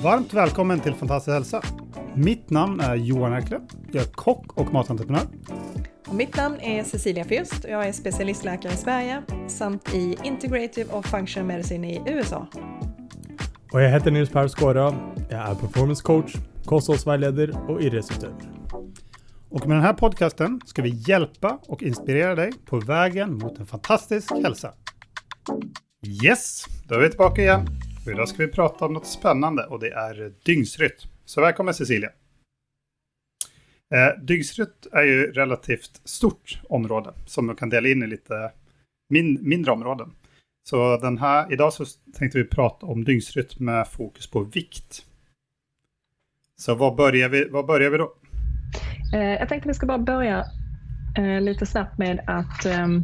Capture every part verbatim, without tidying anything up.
Varmt välkommen till Fantastisk hälsa. Mitt namn är Johan Erkle. Jag är kock och matentreprenör. Och mitt namn är Cecilia Fürst. Jag är specialistläkare i Sverige samt i Integrative och Functional Medicine i U S A. Och jag heter Nils Per Skåra. Jag är performance coach, kosthållsvägledare och idrottsutövare. Och med den här podcasten ska vi hjälpa och inspirera dig på vägen mot en fantastisk hälsa. Yes, då är vi tillbaka igen. Och idag ska vi prata om något spännande och det är dygnsrytm. Så välkommen Cecilia. Eh, dygnsrytm är ju relativt stort område som man kan dela in i lite min, mindre områden. Så den här, idag så tänkte vi prata om dygnsrytm med fokus på vikt. Så vad börjar vi, vad börjar vi då? Eh, jag tänkte vi ska bara börja eh, lite snabbt med att eh,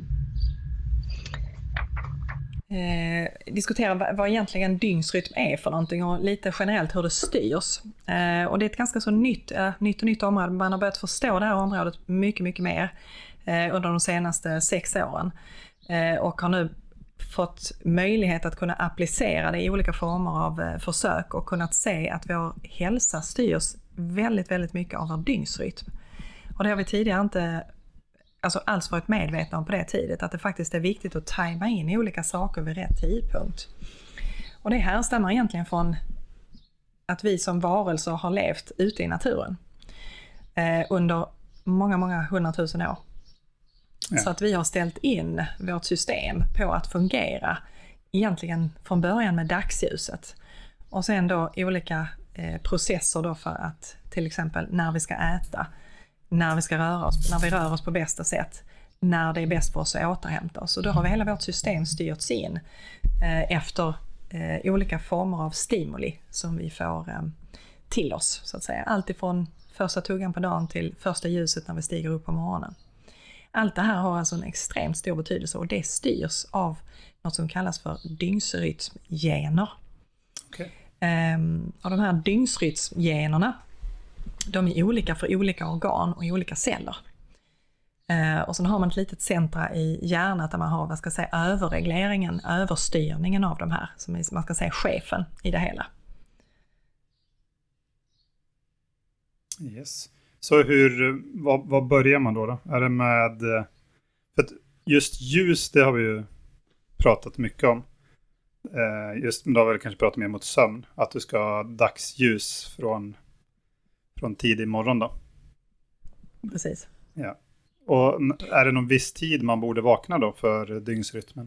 eh, diskutera vad, vad egentligen dygnsrytm är för någonting och lite generellt hur det styrs. Eh, och det är ett ganska så nytt, eh, nytt och nytt område. Man har börjat förstå det här området mycket, mycket mer eh, under de senaste sex åren. Eh, och har nu fått möjlighet att kunna applicera det i olika former av eh, försök och kunnat se att vår hälsa styrs väldigt, väldigt mycket av vår dygnsrytm. Och det har vi tidigare inte alltså alls varit medvetna om på det tidigt, att det faktiskt är viktigt att tajma in i olika saker vid rätt tidpunkt. Och det här stämmer egentligen från att vi som varelser har levt ute i naturen eh, under många, många hundratusen år. Ja. Så att vi har ställt in vårt system på att fungera egentligen från början med dagsljuset. Och sen då olika eh, processer då för att till exempel när vi ska äta, när vi ska röra oss, när vi rör oss på bästa sätt, när det är bäst för oss att återhämta oss. Och då har vi hela vårt system styrts in eh, efter eh, olika former av stimuli som vi får eh, till oss så att säga. Allt ifrån första tuggan på dagen till första ljuset när vi stiger upp på morgonen. Allt det här har alltså en extremt stor betydelse och det styrs av något som kallas för dygnsrytmgener. Okay. Um, och de här dygnsrytmgenerna, de är olika för olika organ och i olika celler. Uh, och så har man ett litet centra i hjärnan där man har, vad ska jag säga, överregleringen, överstyrningen av de här, som är, man ska säga, chefen i det hela. Yes. Så hur, vad, vad börjar man då, då? Är det med, för att just ljus, det har vi ju pratat mycket om. Eh, just då har vi kanske pratat mer mot sömn. Att du ska ha dagsljus från, från tidig morgon då. Precis. Ja. Och är det någon viss tid man borde vakna då för dygnsrytmen?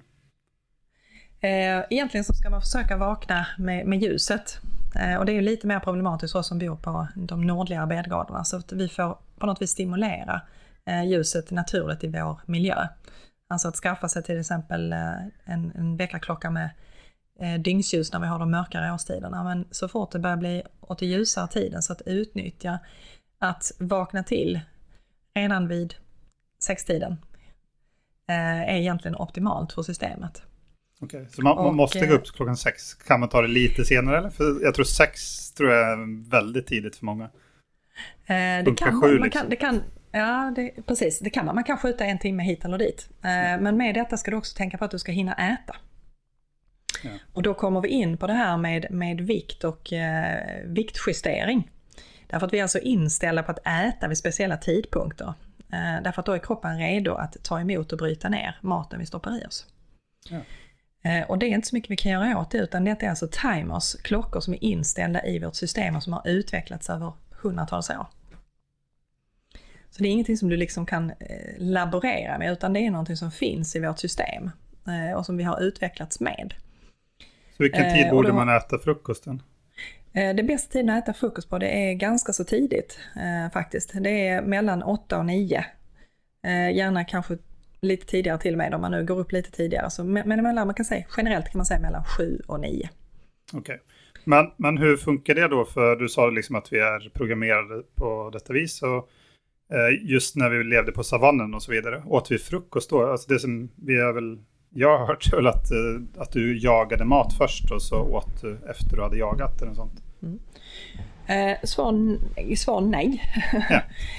Eh, egentligen så ska man försöka vakna med, med ljuset. Eh, och det är ju lite mer problematiskt för oss som bor på de nordliga breddgraderna. Så att vi får på något vis stimulera eh, ljuset naturligt i vår miljö. Alltså att skaffa sig till exempel eh, en, en väckarklocka med eh, dygnsljus när vi har de mörkare årstiderna. Men så fort det börjar bli åt det ljusare tiden, så att utnyttja att vakna till redan vid sextiden eh, är egentligen optimalt för systemet. Okej, okay, så man, man måste gå upp klockan sex. Kan man ta det lite senare eller? För jag tror sex tror jag är väldigt tidigt för många. Eh, det, kan, sju, man liksom. kan, det kan, ja, det, precis. Det kan man. Man kan skjuta en timme hit eller dit. Eh, mm. Men med detta ska du också tänka på att du ska hinna äta. Ja. Och då kommer vi in på det här med, med vikt och eh, viktjustering. Därför att vi är alltså inställda på att äta vid speciella tidpunkter. Eh, därför att då är kroppen redo att ta emot och bryta ner maten vi stoppar i oss. Ja. Och det är inte så mycket vi kan göra åt det, utan det är alltså timers, klockor som är inställda i vårt system och som har utvecklats över hundratals år. Så det är ingenting som du liksom kan laborera med, utan det är någonting som finns i vårt system och som vi har utvecklats med. Så vilken tid borde då, man äta frukosten? Det bästa tiden att äta frukost på, det är ganska så tidigt faktiskt. Det är mellan åtta och nio. Gärna kanske lite tidigare till och med om man nu går upp lite tidigare. Så, men mellan, man kan säga, generellt kan man säga mellan sju och nio. Okej. Okay. Men, men hur funkar det då? För du sa liksom att vi är programmerade på detta vis. Och, eh, just när vi levde på savannen och så vidare. Åt vi frukost då? Alltså det som vi har väl, jag har hört väl att, eh, att du jagade mat först och så åt du efter du hade jagat eller något sånt. Mm. Eh, svar, svar nej. Ja.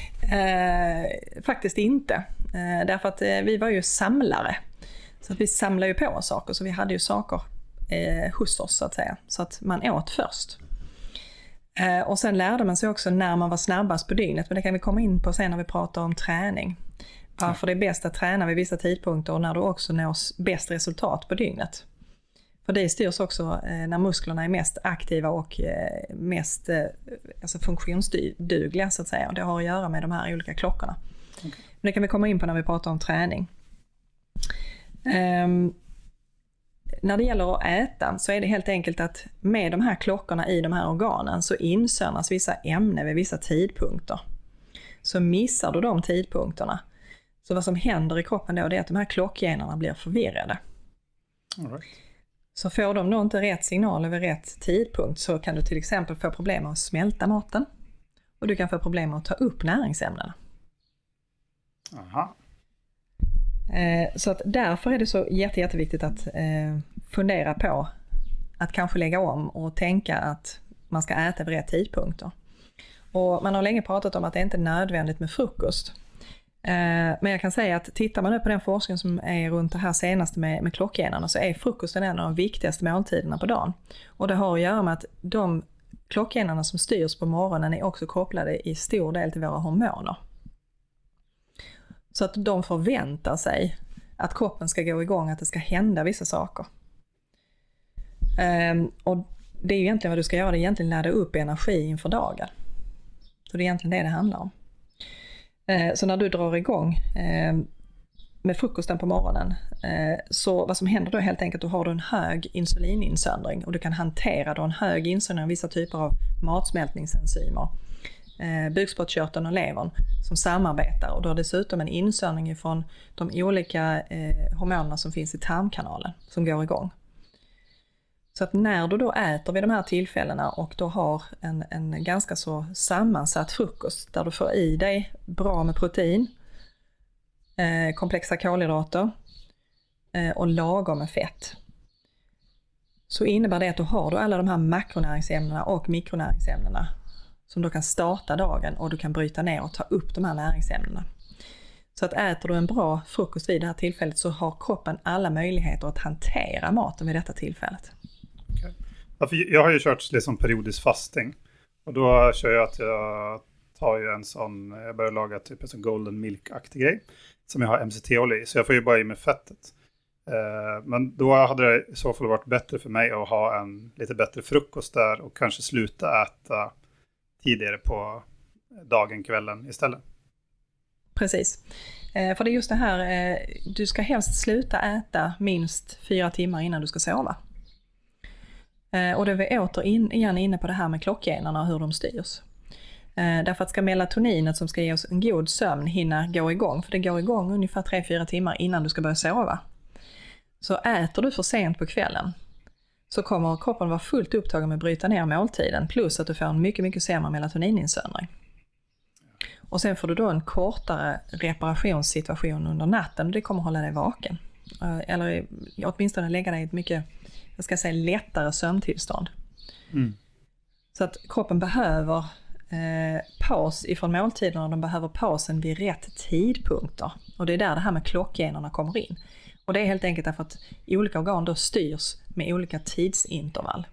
eh, faktiskt inte. Eh, därför att eh, vi var ju samlare. Så att vi samlade ju på saker. Så vi hade ju saker eh, hos oss så att säga. Så att man åt först. Eh, och sen lärde man sig också när man var snabbast på dygnet, men det kan vi komma in på sen när vi pratar om träning. Varför det är bäst att träna vid vissa tidpunkter och när du också når bäst resultat på dygnet. För det styrs också eh, när musklerna är mest aktiva och eh, mest eh, alltså funktionsdugliga så att säga. Och det har att göra med de här olika klockorna. Okay. Men det kan vi komma in på när vi pratar om träning. Um, när det gäller att äta så är det helt enkelt att med de här klockorna i de här organen så insöndras vissa ämnen vid vissa tidpunkter. Så missar du de tidpunkterna. Så vad som händer i kroppen då är att de här klockgenerna blir förvirrade. All right. Så får de då inte rätt signaler vid rätt tidpunkt så kan du till exempel få problem med att smälta maten. Och du kan få problem med att ta upp näringsämnena. Aha. Eh, så att därför är det så jätte, jätteviktigt att eh, fundera på att kanske lägga om och tänka att man ska äta vid rätt tidpunkter. Och man har länge pratat om att det inte är nödvändigt med frukost. Men jag kan säga att tittar man nu på den forskning som är runt det här senaste med, med klockgenerna så är frukosten en av de viktigaste måltiderna på dagen. Och det har att göra med att de klockgenerna som styrs på morgonen är också kopplade i stor del till våra hormoner. Så att de förväntar sig att kroppen ska gå igång, att det ska hända vissa saker. Och det är ju egentligen vad du ska göra, det är egentligen ladda upp energi inför dagen. Så det är egentligen det det handlar om. Så när du drar igång med frukosten på morgonen så vad som händer då är helt enkelt att du har en hög insulininsöndring och du kan hantera då en hög insöndring av vissa typer av matsmältningsenzymer, bukspottkörteln och levern som samarbetar och du har dessutom en insöndring från de olika hormonerna som finns i tarmkanalen som går igång. Så att när du då äter vid de här tillfällena och då har en, en ganska så sammansatt frukost där du får i dig bra med protein, eh, komplexa kolhydrater eh, och lagom med fett. Så innebär det att du har då alla de här makronäringsämnena och mikronäringsämnena som då kan starta dagen och du kan bryta ner och ta upp de här näringsämnena. Så att äter du en bra frukost vid det här tillfället så har kroppen alla möjligheter att hantera maten vid detta tillfället. Ja, för jag har ju kört liksom periodisk fasting. Och då kör jag att jag tar ju en sån, jag börjar laga typ en sån golden milk-aktig grej. Som jag har M C T-olja i, så jag får ju bara i mig fettet. Eh, men då hade det i så fall varit bättre för mig att ha en lite bättre frukost där. Och kanske sluta äta tidigare på dagen, kvällen istället. Precis. Eh, för det är just det här, eh, du ska helst sluta äta minst fyra timmar innan du ska sova. Och det är vi åter in, igen inne på det här med klockgenerna och hur de styrs. Därför att ska melatoninet som ska ge oss en god sömn hinna gå igång, för det går igång ungefär tre till fyra timmar innan du ska börja sova. Så äter du för sent på kvällen så kommer kroppen vara fullt upptagen med att bryta ner måltiden plus att du får en mycket, mycket sämre melatonininnsöndring. Och sen får du då en kortare reparationssituation under natten och det kommer hålla dig vaken. Eller åtminstone lägga dig i ett mycket, jag ska säga, lättare sömntillstånd. Mm. Så att kroppen behöver eh, paus ifrån måltiderna och de behöver pausen vid rätt tidpunkter. Och det är där det här med klockgenerna kommer in. Och det är helt enkelt därför att olika organ då styrs med olika tidsintervall.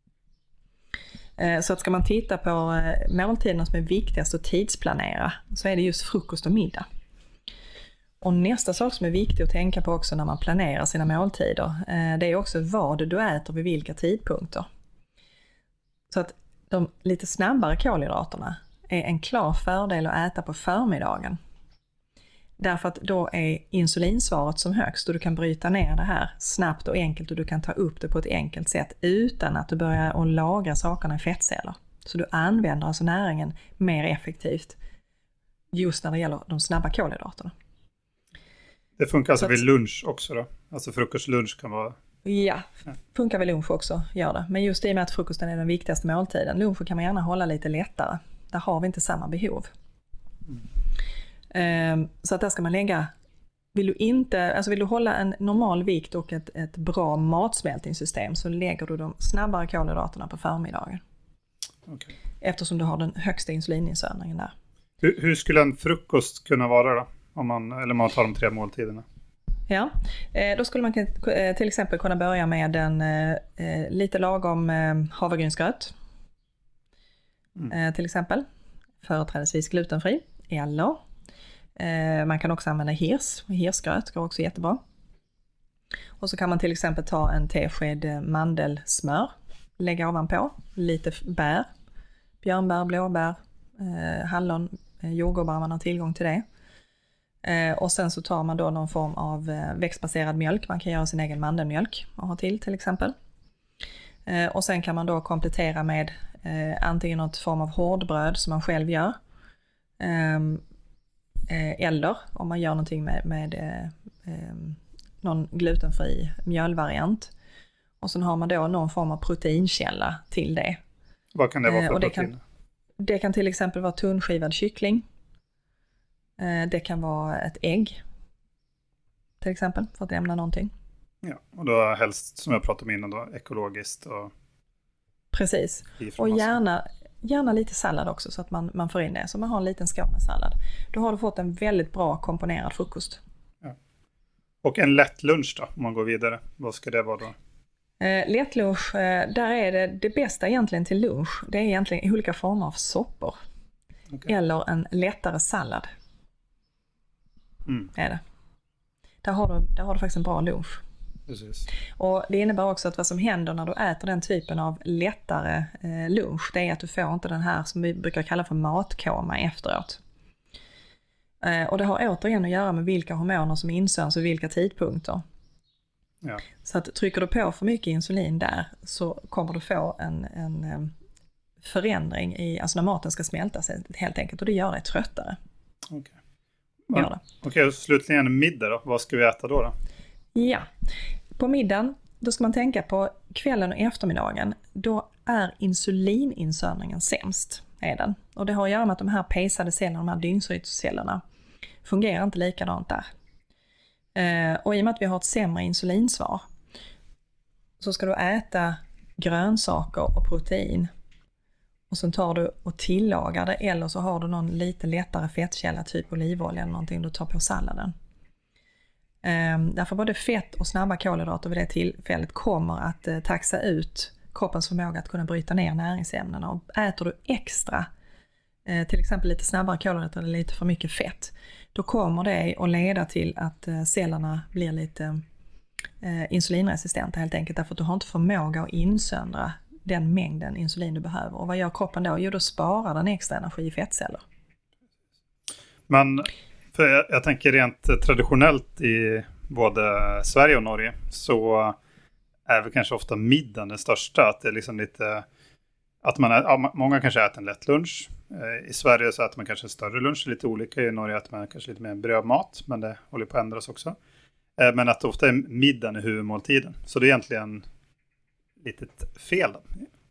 Eh, så att ska man titta på eh, måltiderna som är viktigast att tidsplanera så är det just frukost och middag. Och nästa sak som är viktig att tänka på också när man planerar sina måltider, det är också vad du äter vid vilka tidpunkter. Så att de lite snabbare kolhydraterna är en klar fördel att äta på förmiddagen. Därför att då är insulinsvaret som högst och du kan bryta ner det här snabbt och enkelt och du kan ta upp det på ett enkelt sätt utan att du börjar att lagra sakerna i fettceller. Så du använder alltså näringen mer effektivt just när det gäller de snabba kolhydraterna. Det funkar alltså att, vid lunch också då? Alltså frukost, lunch kan vara... Ja, funkar vid lunch också, gör det. Men just i och med att frukosten är den viktigaste måltiden. Lunch kan man gärna hålla lite lättare. Där har vi inte samma behov. Mm. Så att där ska man lägga... Vill du, inte, alltså vill du hålla en normal vikt och ett, ett bra matsmältningssystem så lägger du de snabbare kolhydraterna på förmiddagen. Okay. Eftersom du har den högsta insulininsöndringen där. Hur, hur skulle en frukost kunna vara då? Om man, eller man tar de tre måltiderna. Ja, då skulle man till exempel kunna börja med en lite lagom havregrynsgröt. mm. eh, till exempel. Företrädesvis glutenfri. Eller eh, man kan också använda hirs. Hirsgröt går också jättebra. Och så kan man till exempel ta en tesked mandelsmör. Lägga ovanpå. Lite bär. Björnbär, blåbär, eh, hallon, eh, jordgubbar, man har tillgång till det. Eh, och sen så tar man då någon form av eh, växtbaserad mjölk. Man kan göra sin egen mandelmjölk och ha till till exempel. Eh, och sen kan man då komplettera med eh, antingen något form av hårdbröd som man själv gör. Eh, eh, eller om man gör någonting med, med eh, eh, någon glutenfri mjölvariant. Och sen har man då någon form av proteinkälla till det. Vad kan det vara för eh, och det protein? Kan, det kan till exempel vara tunnskivad kyckling. Eh, det kan vara ett ägg. Till exempel, för att nämna någonting. Ja, och då helst som jag pratade om innan då, ekologiskt. Och precis. Och gärna, gärna lite sallad också så att man, man får in det. Så man har en liten skål med sallad. Då har du fått en väldigt bra komponerad frukost. Ja. Och en lätt lunch då, om man går vidare. Vad ska det vara då? Eh, lättlunch, eh, där är det det bästa egentligen till lunch. Det är egentligen olika former av soppor. Okay. Eller en lättare sallad. Mm. Är det. Där har, du, där har du faktiskt en bra lunch. Precis. Och det innebär också att vad som händer när du äter den typen av lättare eh, lunch, det är att du får inte den här som vi brukar kalla för matkoma efteråt. Eh, och det har återigen att göra med vilka hormoner som insöns och vilka tidpunkter. Ja. Så att trycker du på för mycket insulin där så kommer du få en, en förändring i, alltså när maten ska smälta sig helt enkelt, och det gör dig tröttare. Okej. Okay. Ja, Okej, och slutligen en middag då. Vad ska vi äta då då? Ja, på middagen då ska man tänka på kvällen och eftermiddagen. Då är insulininsörningen sämst, är den. Och det har att göra med att de här pejsade cellerna, de här dygnsrytmcellerna, fungerar inte likadant där. Eh, och i och med att vi har ett sämre insulinsvar så ska du äta grönsaker och protein. Och sen tar du och tillagar det, eller så har du någon lite lättare fettkälla, typ olivolja eller någonting du tar på salladen. Um, därför både fett och snabba kolhydrater vid det tillfället kommer att uh, taxa ut kroppens förmåga att kunna bryta ner näringsämnena. Och äter du extra, uh, till exempel lite snabbare kolhydrater eller lite för mycket fett, då kommer det att leda till att uh, cellerna blir lite uh, insulinresistenta helt enkelt, därför att du har inte förmåga att insöndra den mängden insulin du behöver. Och vad gör kroppen då? Jo, då sparar den extra energi i fettceller. Men för jag, jag tänker rent traditionellt i både Sverige och Norge så är väl kanske ofta middagen det största. Att det är liksom lite, att man är, ja, många kanske äter en lätt lunch. I Sverige så äter man kanske en större lunch, lite olika. I Norge äter man kanske lite mer brödmat, men det håller på att ändras också. Men att ofta är middagen i huvudmåltiden. Så det är egentligen lite fel då.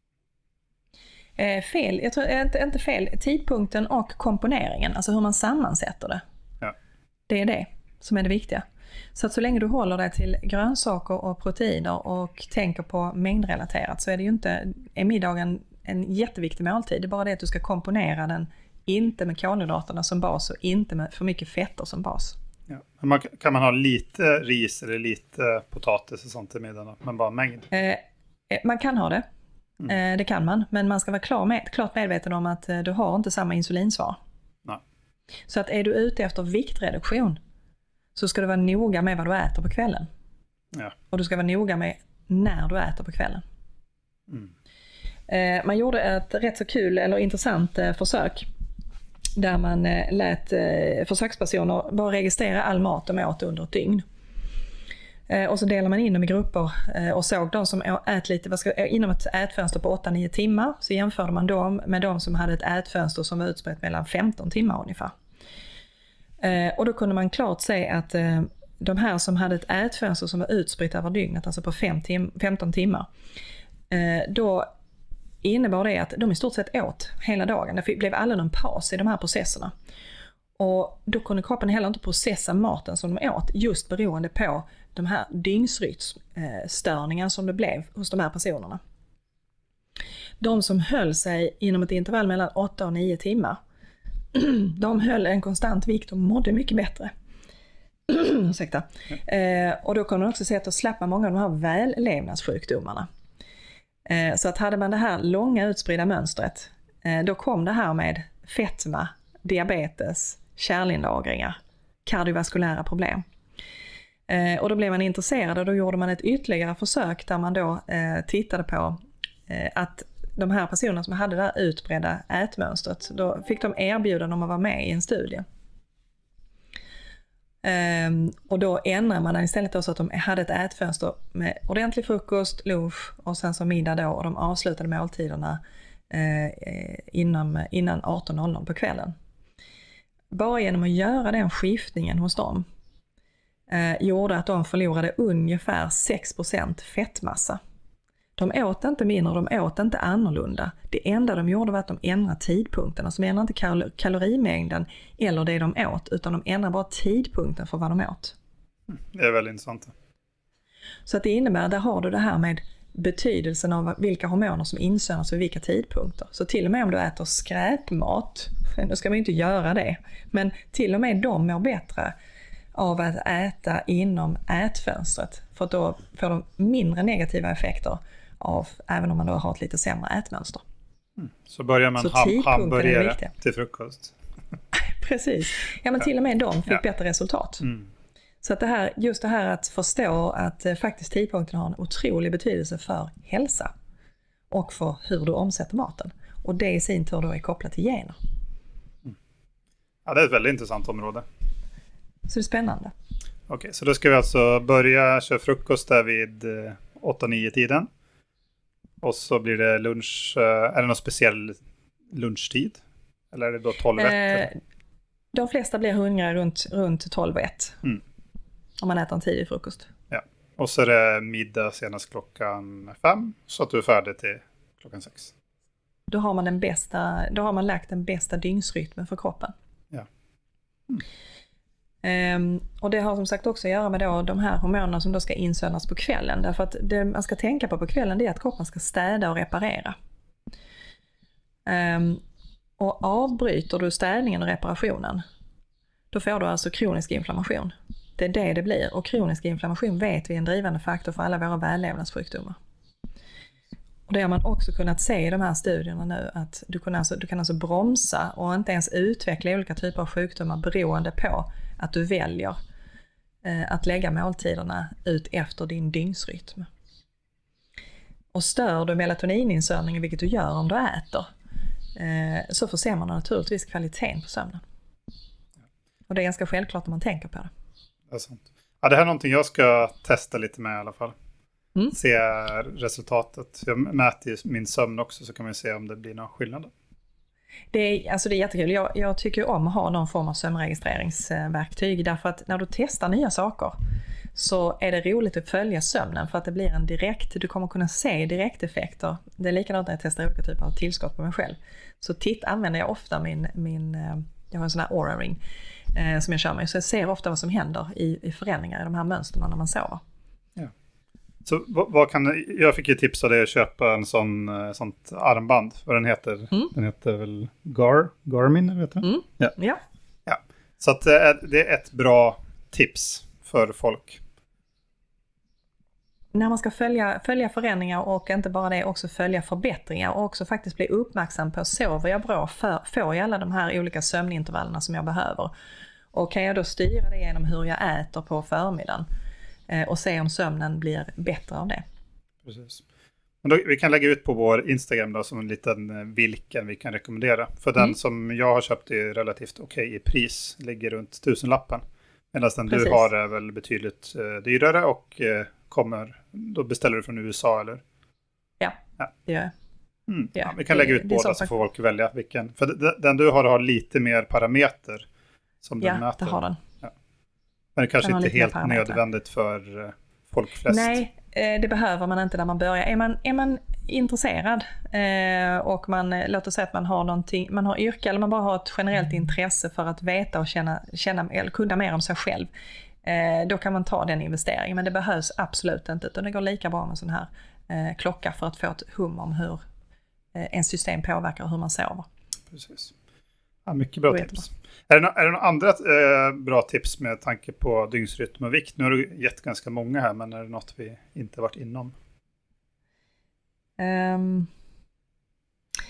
Eh, fel, jag tror inte, inte fel. Tidpunkten och komponeringen, alltså hur man sammansätter det. Ja. Det är det som är det viktiga. Så att så länge du håller dig till grönsaker och proteiner och tänker på mängdrelaterat så är det ju inte, är middagen en jätteviktig måltid. Det är bara det att du ska komponera den, inte med kolhydraterna som bas och inte med för mycket fetter som bas. Ja. Man, kan man ha lite ris eller lite potatis och sånt i middagen, men bara mängd? Eh, man kan ha det. Mm. Eh, det kan man, men man ska vara klar med, klart medveten om att eh, du har inte samma insulinsvar. Nej. Så att är du ute efter viktreduktion så ska du vara noga med vad du äter på kvällen. Ja. Och du ska vara noga med när du äter på kvällen. Mm. Eh, man gjorde ett rätt så kul eller intressant eh, försök där man eh, lät eh, försökspersoner bara registrera all mat de åt under ett dygn. Eh, och så delar man in dem i grupper eh, och såg de som ät lite, vad ska, inom ett ätfönster på åtta nio timmar, så jämförde man dem med de som hade ett ätfönster som var utspritt mellan femton timmar ungefär. Eh, och då kunde man klart se att eh, de här som hade ett ätfönster som var utspritt över dygnet, alltså på fem tim- femton timmar, eh, då innebar det att de i stort sett åt hela dagen. Det blev aldrig någon paus i de här processerna. Och då kunde kroppen heller inte processa maten som de åt, just beroende på de här dygnsrytmstörningar som det blev hos de här personerna. De som höll sig inom ett intervall mellan åtta och nio timmar, de höll en konstant vikt och mådde mycket bättre. Ursäkta. Eh, och då kunde man också se att då slappar många av de här vällevnadssjukdomarna. Eh, så att hade man det här långa utspridda mönstret eh, då kom det här med fetma, diabetes, kärlinlagringar, kardiovaskulära problem. Eh, och då blev man intresserad och då gjorde man ett ytterligare försök där man då eh, tittade på eh, att de här personerna som hade det här utbredda ätmönstret, då fick de erbjudande om att vara med i en studie. Um, och då ändrar man istället då så att de hade ett ätfönster med ordentlig frukost, lunch och sen så middag då, och de avslutade måltiderna eh, innan, innan arton noll noll på kvällen. Bara genom att göra den skiftningen hos dem eh, gjorde att de förlorade ungefär sex procent fettmassa. De åt inte mindre, de åt inte annorlunda. Det enda de gjorde var att de ändrade tidpunkten. Alltså de ändrade inte kal- kalorimängden eller det de åt, utan de ändrade bara tidpunkten för vad de åt. Det är väldigt intressant. Så att det innebär, där har du det här med betydelsen av vilka hormoner som insöndras vid vilka tidpunkter. Så till och med om du äter skräpmat, då ska man ju inte göra det, men till och med de mår bättre av att äta inom ätfönstret. För då får de mindre negativa effekter av, även om man då har ett lite sämre ätmönster. Mm. Så börjar man ham- hamburgare till frukost. Precis. Ja, men till och med de fick ja. bättre resultat. Mm. Så att det här, just det här att förstå att eh, faktiskt tidpunkten har en otrolig betydelse för hälsa och för hur du omsätter maten. Och det i sin tur då är kopplat till gener. Mm. Ja, det är ett väldigt intressant område. Så det är spännande. Okej, okay, så då ska vi alltså börja köra frukost där vid åtta nio tiden. Och så blir det lunch. Är det någon speciell lunchtid? Eller är det då tolv ett? Eh, de flesta blir hungriga runt, runt tolv ett. Mm. Om man äter en tidig frukost. Ja, och så är det middag senast klockan fem. Så att du är färdig till klockan sex. Då har man den bästa, då har man lagt den bästa dygnsrytmen för kroppen. Ja. Mm. Um, och det har som sagt också att göra med då de här hormonerna som då ska insöndras på kvällen. Därför att det man ska tänka på på kvällen, det är att kroppen ska städa och reparera. Um, och avbryter du städningen och reparationen, då får du alltså kronisk inflammation. Det är det det blir. Och kronisk inflammation vet vi är en drivande faktor för alla våra vällevnadssjukdomar. Och det har man också kunnat se i de här studierna nu, att du kan alltså, du kan alltså bromsa och inte ens utveckla olika typer av sjukdomar beroende på att du väljer eh, att lägga måltiderna ut efter din dygnsrytm. Och stör du melatonininnsöndringen, vilket du gör om du äter, eh, så försämrar man naturligtvis kvaliteten på sömnen. Och det är ganska självklart när man tänker på det. Det är sant. Ja, det här är någonting jag ska testa lite med i alla fall. Mm. Se resultatet. Jag mäter ju min sömn också, så kan man se om det blir någon skillnad. Det är, alltså det är jättekul. Jag, jag tycker om att ha någon form av sömnregistreringsverktyg, därför att när du testar nya saker så är det roligt att följa sömnen, för att det blir en direkt, du kommer kunna se direkteffekter. Det är likadant när jag testar olika typer av tillskott på mig själv. Så titt använder jag ofta min, min jag har en sån här Oura Ring eh, som jag kör med, så jag ser ofta vad som händer i, i förändringar i de här mönstren när man sover. Ja. Så vad, vad kan, jag fick ju tips av dig att köpa en sån sånt armband. Vad den heter? Mm. Den heter väl Gar, Garmin, vet du? Mm. Ja. Ja. Ja. Så att det är, det är ett bra tips för folk. När man ska följa, följa förändringar och inte bara det, också följa förbättringar och också faktiskt bli uppmärksam på, sover jag bra, för, får jag alla de här olika sömnintervallerna som jag behöver? Och kan jag då styra det genom hur jag äter på förmiddagen eh, och se om sömnen blir bättre av det? Precis. Men då, vi kan lägga ut på vår Instagram då som en liten vilken vi kan rekommendera. För mm. den som jag har köpt är relativt okej okay i pris, ligger runt tusenlappen. Medan den Precis. Du har är väl betydligt eh, dyrare och eh, kommer, då beställer du från U S A eller? Ja, ja. det gör jag. Mm. Ja, ja, vi kan lägga ut båda så, så får folk välja vilken. För den, den du har har lite mer parameter som den ja, mäter. Ja, det har den. Ja. Men det kanske inte är helt nödvändigt för uh, folk flest. Nej, eh, det behöver man inte när man börjar. Är man, är man intresserad eh, och man, låt oss säga att man har någonting, man har yrke eller man bara har ett generellt intresse för att veta och känna, känna eller kunna mer om sig själv, eh, då kan man ta den investeringen. Men det behövs absolut inte, utan det går lika bra med en sån här eh, klocka för att få ett hum om hur eh, en system påverkar och hur man sover. Precis. Ja, mycket bra tips. Är det, no- är det några andra eh, bra tips med tanke på dygnsrytm och vikt? Nu har du gett ganska många här, men är det något vi inte varit inom? Um,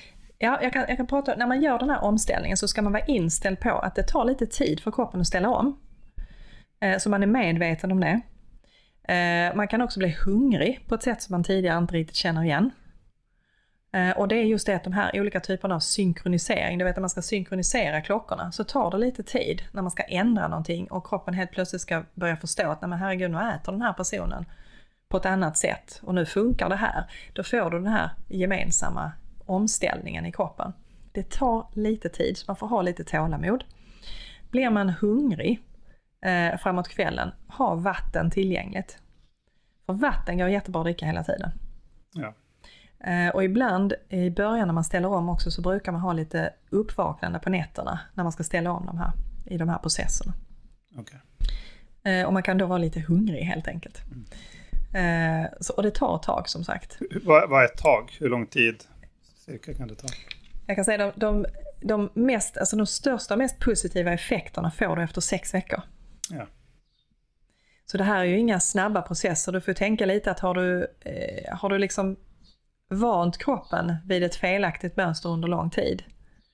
Ja, jag kan, jag kan prata, när man gör den här omställningen så ska man vara inställd på att det tar lite tid för kroppen att ställa om. Eh, så man är medveten om det. Eh, man kan också bli hungrig på ett sätt som man tidigare inte riktigt känner igen. Eh, och det är just det att de här olika typerna av synkronisering, du vet att man ska synkronisera klockorna, så tar det lite tid när man ska ändra någonting och kroppen helt plötsligt ska börja förstå att nej men herregud, nu äter den här personen på ett annat sätt och nu funkar det här. Då får du den här gemensamma omställningen i kroppen. Det tar lite tid, så man får ha lite tålamod. Blir man hungrig eh, framåt kvällen, ha vatten tillgängligt. För vatten går jättebra att dricka hela tiden. Ja. Eh, och ibland i början när man ställer om också så brukar man ha lite uppvaknande på nätterna när man ska ställa om de här, i de här processerna. Okay. Eh, och man kan då vara lite hungrig helt enkelt. Mm. Eh, så, och det tar ett tag som sagt. Vad, vad är ett tag? Hur lång tid cirka kan det ta? Jag kan säga de, de, de, mest, alltså de största och mest positiva effekterna får du efter sex veckor. Ja. Så det här är ju inga snabba processer. Du får tänka lite att har du, eh, har du liksom vant kroppen vid ett felaktigt mönster under lång tid,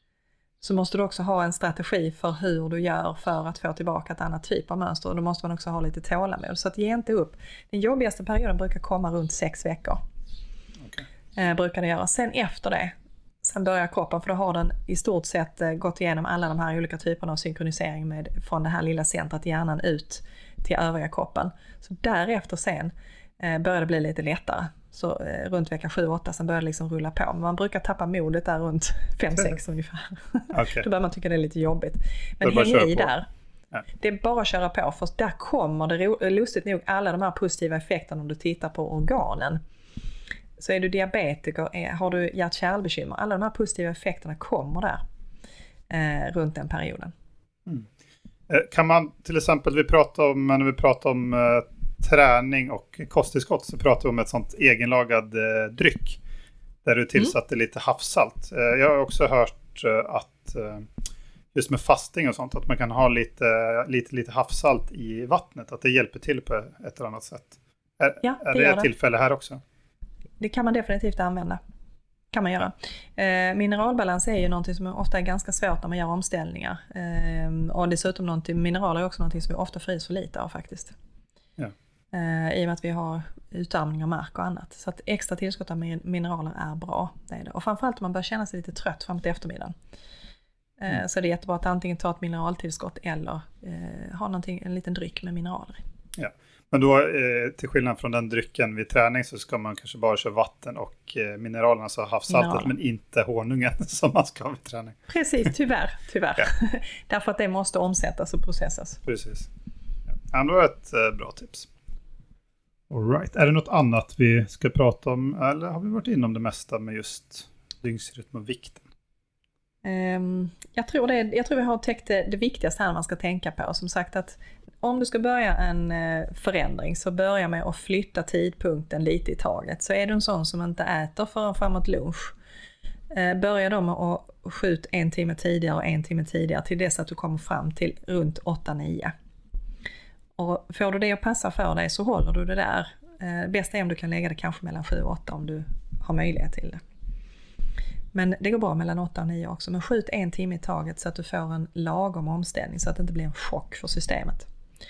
så måste du också ha en strategi för hur du gör för att få tillbaka ett annat typ av mönster. Och då måste man också ha lite tålamod. Så att ge inte upp. Den jobbigaste perioden brukar komma runt sex veckor. Okay. Eh, brukar det göra. Sen efter det, sen börjar kroppen, för då har den i stort sett eh, gått igenom alla de här olika typerna av synkronisering med, från det här lilla centret i hjärnan ut till övriga kroppen. Så därefter sen eh, börjar det bli lite lättare. Så eh, runt vecka sju åtta sen börjar det liksom rulla på. Men man brukar tappa modet där runt fem sex ungefär. Okay. Då börjar man tycka det är lite jobbigt. Men häng i på. där. Ja. Det är bara att köra på. För där kommer det ro- lustigt nog alla de här positiva effekterna om du tittar på organen. Så är du diabetiker, är, har du hjärt-kärlbekymmer, alla de här positiva effekterna kommer där eh, runt den perioden. Mm. Kan man till exempel, vi pratar om, när vi pratar om eh, träning och kosttillskott, så pratar vi om ett sånt egenlagad eh, dryck där du tillsatte mm. lite havssalt. Eh, jag har också hört eh, att eh, just med fasting och sånt, att man kan ha lite, lite, lite havssalt i vattnet, att det hjälper till på ett eller annat sätt. Är, ja, det, är det ett tillfälle här också? Det kan man definitivt använda. Kan man göra. Eh, mineralbalans är ju någonting som ofta är ganska svårt när man gör omställningar. Eh, och dessutom någonting, mineraler är också någonting som vi ofta får i så lite av faktiskt. Ja. Eh, I och med att vi har utarmning av mark och annat. Så att extra tillskott av mineraler är bra. Det är det. Och framförallt om man börjar känna sig lite trött framåt eftermiddagen. Eh, mm. Så det är jättebra att antingen ta ett mineraltillskott eller eh, ha någonting, en liten dryck med mineraler i. Ja. Men då eh, till skillnad från den drycken vid träning så ska man kanske bara köra vatten och eh, mineralerna, alltså havssaltet, Mineraler. Men inte honungen som man ska ha vid träning. Precis, tyvärr. tyvärr. Ja. Därför att det måste omsättas och processas. Precis. Ja, det var ett eh, bra tips. All right. Är det något annat vi ska prata om, eller har vi varit inom det mesta med just dygnsrytm och vikten? Um, jag, tror det, jag tror vi har täckt det, det viktigaste här man ska tänka på. Som sagt att om du ska börja en eh, förändring så börja med att flytta tidpunkten lite i taget. Så är du en sån som inte äter förrän framåt lunch, eh, börja då med att skjuta en timme tidigare och en timme tidigare till dess att du kommer fram till runt åtta nio. Och får du det att passa för dig så håller du det där. Eh, bäst är om du kan lägga det kanske mellan sju och åtta om du har möjlighet till det. Men det går bra mellan åtta och nio också. Men skjut en timme i taget så att du får en lagom omställning så att det inte blir en chock för systemet.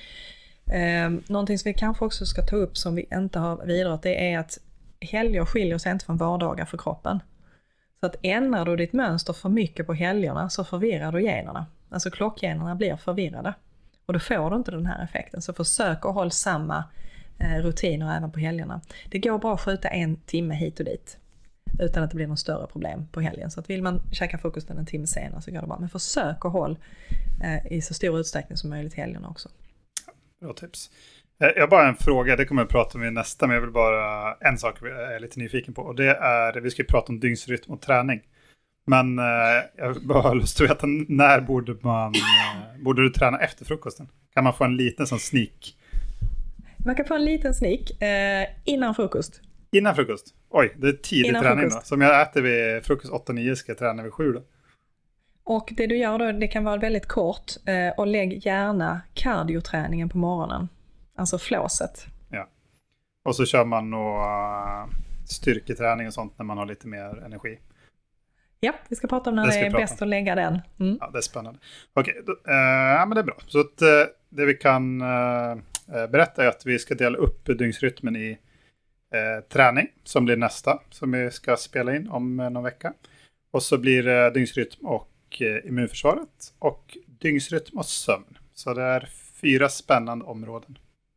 Eh, någonting som vi kanske också ska ta upp som vi inte har vidrört, det är att helger skiljer sig inte från vardagar för kroppen. Så att ändrar du ditt mönster för mycket på helgerna så förvirrar du generna. Alltså klockgenerna blir förvirrade. Och då får du inte den här effekten. Så försök att hålla samma eh, rutiner även på helgerna. Det går bra att skjuta en timme hit och dit utan att det blir någon större problem på helgen. Så att vill man käka frukosten en timme senare så går det bra. Men försök att hålla eh, i så stor utsträckning som möjligt helgerna också. Bra tips. Jag har bara en fråga, det kommer jag att prata om i nästa, men jag vill bara, en sak jag är lite nyfiken på. Och det är, vi ska prata om dygnsrytm och träning. Men eh, jag bara har lust att veta, när borde man, eh, borde du träna efter frukosten? Kan man få en liten sån sneak? Man kan få en liten sneak eh, innan frukost. Innan frukost? Oj, det är tidig innan träning frukost. då. Som jag äter vid frukost åtta nio ska jag träna vid sju då. Och det du gör då, det kan vara väldigt kort eh, och lägg gärna kardioträningen på morgonen. Alltså flåset. Ja. Och så kör man nog uh, styrketräning och sånt när man har lite mer energi. Ja, vi ska prata om när det, det är bäst att lägga den. Mm. Ja, det är spännande. Okej, då, eh, ja, men det är bra. Så att, eh, det vi kan eh, berätta är att vi ska dela upp dygnsrytmen i eh, träning, som blir nästa, som vi ska spela in om eh, någon vecka. Och så blir det eh, dygnsrytm och eh, immunförsvaret och dygnsrytm och sömn. Så det är fyra spännande områden.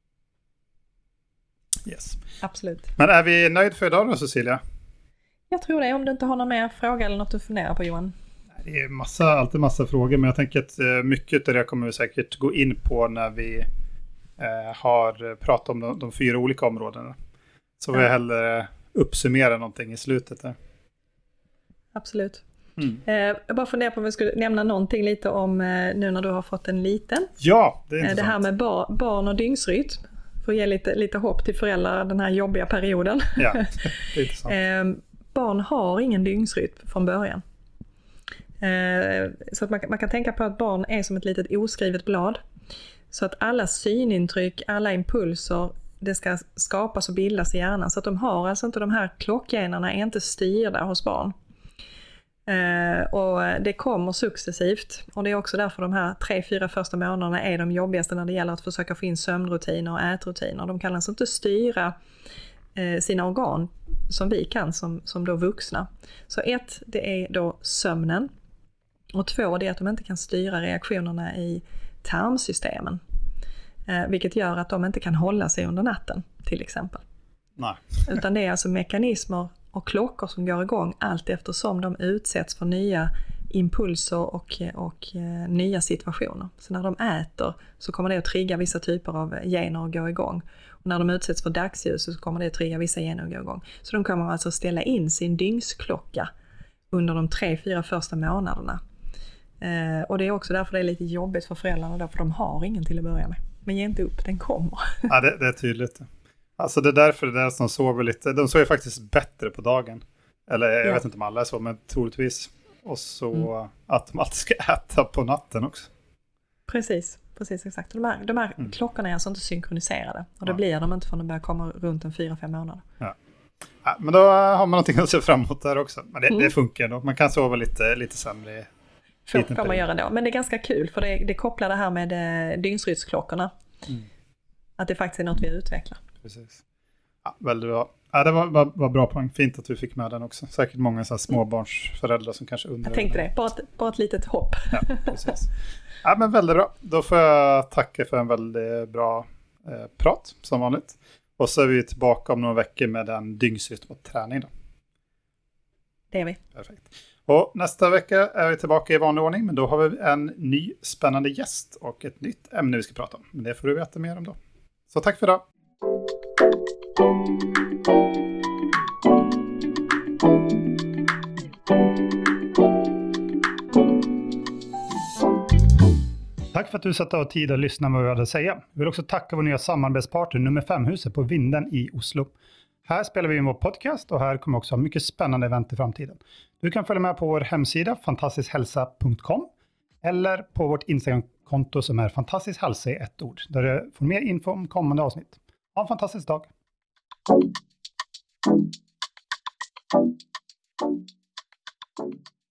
Yes. Absolut. Men är vi nöjd för idag då, Cecilia? Jag tror det, om du inte har någon mer fråga eller något du funderar på, Johan. Det är massa, alltid massa frågor, men jag tänker att mycket av det kommer vi säkert gå in på när vi eh, har pratat om de, de fyra olika områdena. Så vi ja. hellre uppsummera någonting i slutet där. Absolut. Mm. Eh, jag bara funderar på om vi skulle nämna någonting lite om eh, nu när du har fått en liten. Ja, det är intressant. Eh, det här med bar, barn och dygnsrytm. För att ge lite, lite hopp till föräldrar den här jobbiga perioden. Ja, det är intressant. eh, barn har ingen dygnsrytm från början. Eh, så att man, man kan tänka på att barn är som ett litet oskrivet blad. Så att alla synintryck, alla impulser, det ska skapas och bildas i hjärnan. Så att de har alltså inte de här klockgenerna är inte styrda hos barn. Eh, och det kommer successivt. Och det är också därför de här tre, fyra första månaderna är de jobbigaste när det gäller att försöka få in sömnrutiner och ätrutiner. De kan alltså inte styra eh, sina organ som vi kan som, som då vuxna. Så ett, det är då sömnen. Och två, det är att de inte kan styra reaktionerna i tarmsystemen. Eh, vilket gör att de inte kan hålla sig under natten till exempel. Nej. Utan det är alltså mekanismer och klockor som går igång allt eftersom de utsätts för nya impulser och, och eh, nya situationer. Så när de äter så kommer det att trigga vissa typer av gener att gå igång. Och när de utsätts för dagsljus så kommer det att trigga vissa gener att gå igång. Så de kommer alltså ställa in sin dygnsklocka under de tre, fyra första månaderna. Eh, och det är också därför det är lite jobbigt för föräldrarna då, för de har ingen till att börja med. Men ge inte upp, den kommer. Ja, det, det är tydligt. Alltså det är därför det är som sover lite. De sover faktiskt bättre på dagen. Eller jag ja. vet inte om alla är så, men troligtvis. Och så mm. att de alltid ska äta på natten också. Precis, precis exakt. De här, de här mm. klockorna är alltså inte synkroniserade. Och det ja. blir de inte förrän de börjar komma runt en fyra, fem månader. Ja. Ja, men då har man någonting att se fram emot där också. Men det, mm. det funkar då. Man kan sova lite, lite sämre. Får, får man göra då. Men det är ganska kul för det, det kopplar det här med dygnsrytmsklockorna. Mm. Att det faktiskt är något vi utvecklar. Precis. Ja, väldigt bra. Ja, det var, var, var bra poäng. Fint att vi fick med den också. Säkert många så här småbarnsföräldrar som kanske undrar. Jag tänkte det. Bara ett, bara ett litet hopp. Ja, precis. Ja, men väldigt bra. Då får jag tacka för en väldigt bra eh, prat som vanligt. Och så är vi tillbaka om några veckor med en dygnsrytm och träning då. Det är vi. Perfekt. Och nästa vecka är vi tillbaka i vanlig ordning, men då har vi en ny spännande gäst och ett nytt ämne vi ska prata om. Men det får du veta mer om då. Så tack för idag. Tack för att du satt av tid att lyssna på vad vi hade att säga. Vi vill också tacka vår nya samarbetspartner nummer fem-huset på Vinden i Oslo. Här spelar vi in vår podcast och här kommer också ha mycket spännande event i framtiden. Du kan följa med på vår hemsida fantastisk hälsa punkt com eller på vårt Instagram-konto som är fantastisk hälsa i ett ord, där du får mer info om kommande avsnitt. Ha en fantastisk dag! Thank you.